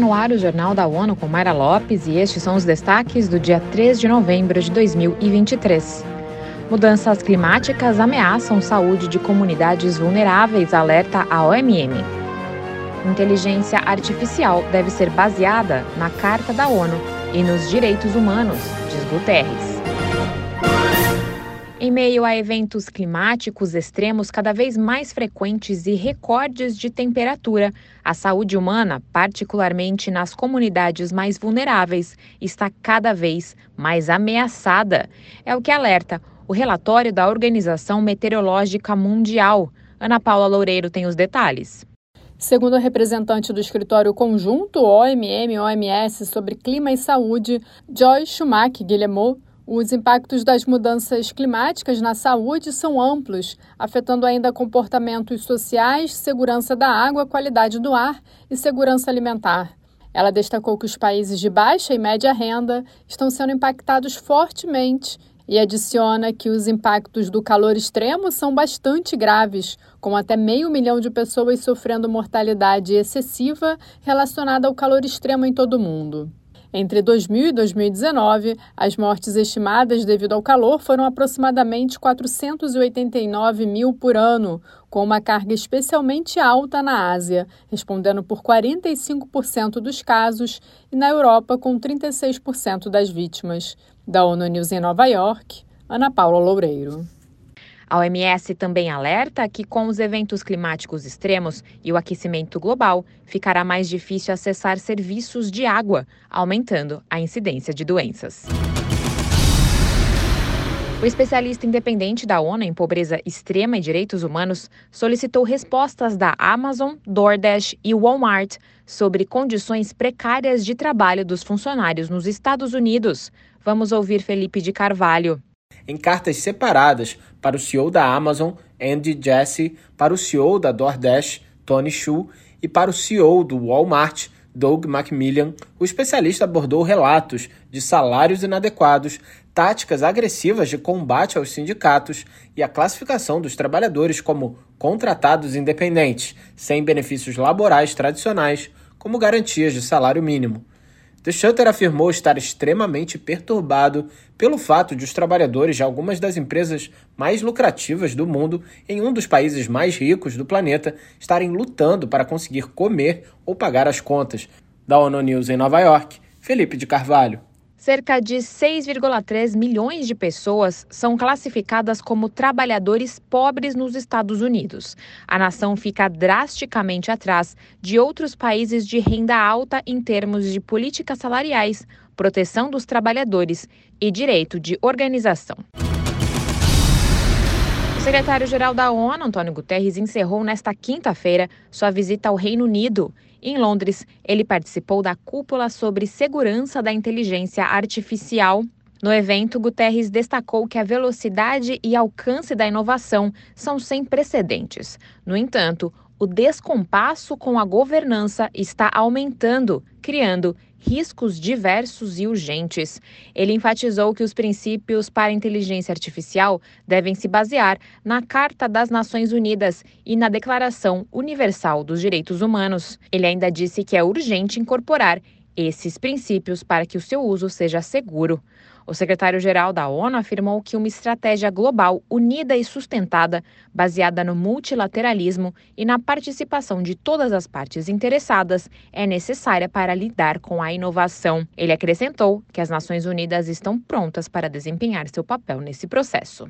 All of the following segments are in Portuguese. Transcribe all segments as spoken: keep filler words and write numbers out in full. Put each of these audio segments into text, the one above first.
no ar o Jornal da ONU com Mayra Lopes e estes são os destaques do dia três de novembro de dois mil e vinte e três. Mudanças climáticas ameaçam saúde de comunidades vulneráveis, alerta a O M M. Inteligência artificial deve ser baseada na Carta da ONU e nos direitos humanos, diz Guterres. Em meio a eventos climáticos extremos cada vez mais frequentes e recordes de temperatura, a saúde humana, particularmente nas comunidades mais vulneráveis, está cada vez mais ameaçada. É o que alerta o relatório da Organização Meteorológica Mundial. Ana Paula Loureiro tem os detalhes. Segundo a representante do escritório conjunto O M M O M S sobre clima e saúde, Joy Schumacher-Guillemot, os impactos das mudanças climáticas na saúde são amplos, afetando ainda comportamentos sociais, segurança da água, qualidade do ar e segurança alimentar. Ela destacou que os países de baixa e média renda estão sendo impactados fortemente e adiciona que os impactos do calor extremo são bastante graves, com até meio milhão de pessoas sofrendo mortalidade excessiva relacionada ao calor extremo em todo o mundo. Entre dois mil e dois mil e dezenove, as mortes estimadas devido ao calor foram aproximadamente quatrocentos e oitenta e nove mil por ano, com uma carga especialmente alta na Ásia, respondendo por quarenta e cinco por cento dos casos, e na Europa com trinta e seis por cento das vítimas. Da ONU News em Nova York, Ana Paula Loureiro. A O M S também alerta que, com os eventos climáticos extremos e o aquecimento global, ficará mais difícil acessar serviços de água, aumentando a incidência de doenças. O especialista independente da ONU em pobreza extrema e direitos humanos solicitou respostas da Amazon, DoorDash e Walmart sobre condições precárias de trabalho dos funcionários nos Estados Unidos. Vamos ouvir Felipe de Carvalho. Em cartas separadas para o C E O da Amazon, Andy Jassy, para o C E O da DoorDash, Tony Xu, e para o C E O do Walmart, Doug McMillon, o especialista abordou relatos de salários inadequados, táticas agressivas de combate aos sindicatos e a classificação dos trabalhadores como contratados independentes, sem benefícios laborais tradicionais, como garantias de salário mínimo. The Shutter afirmou estar extremamente perturbado pelo fato de os trabalhadores de algumas das empresas mais lucrativas do mundo em um dos países mais ricos do planeta estarem lutando para conseguir comer ou pagar as contas. Da ONU News em Nova York, Felipe de Carvalho. Cerca de seis vírgula três milhões de pessoas são classificadas como trabalhadores pobres nos Estados Unidos. A nação fica drasticamente atrás de outros países de renda alta em termos de políticas salariais, proteção dos trabalhadores e direito de organização. O secretário-geral da ONU, Antônio Guterres, encerrou nesta quinta-feira sua visita ao Reino Unido. Em Londres, ele participou da cúpula sobre segurança da inteligência artificial. No evento, Guterres destacou que a velocidade e alcance da inovação são sem precedentes. No entanto, o descompasso com a governança está aumentando, criando riscos diversos e urgentes. Ele enfatizou que os princípios para a inteligência artificial devem se basear na Carta das Nações Unidas e na Declaração Universal dos Direitos Humanos. Ele ainda disse que é urgente incorporar esses princípios para que o seu uso seja seguro. O secretário-geral da ONU afirmou que uma estratégia global unida e sustentada, baseada no multilateralismo e na participação de todas as partes interessadas, é necessária para lidar com a inovação. Ele acrescentou que as Nações Unidas estão prontas para desempenhar seu papel nesse processo.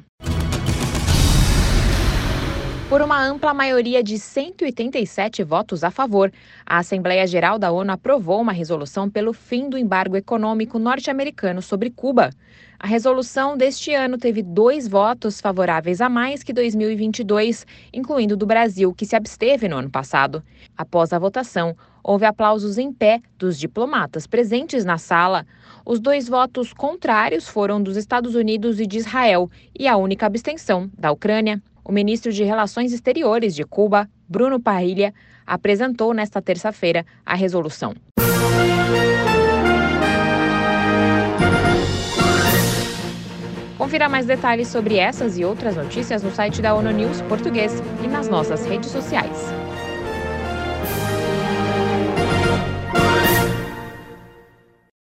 Por uma ampla maioria de cento e oitenta e sete votos a favor, a Assembleia Geral da ONU aprovou uma resolução pelo fim do embargo econômico norte-americano sobre Cuba. A resolução deste ano teve dois votos favoráveis a mais que dois mil e vinte e dois, incluindo do Brasil, que se absteve no ano passado. Após a votação, houve aplausos em pé dos diplomatas presentes na sala. Os dois votos contrários foram dos Estados Unidos e de Israel, e a única abstenção da Ucrânia. O ministro de Relações Exteriores de Cuba, Bruno Parrilha, apresentou nesta terça-feira a resolução. Confira mais detalhes sobre essas e outras notícias no site da ONU News Português e nas nossas redes sociais.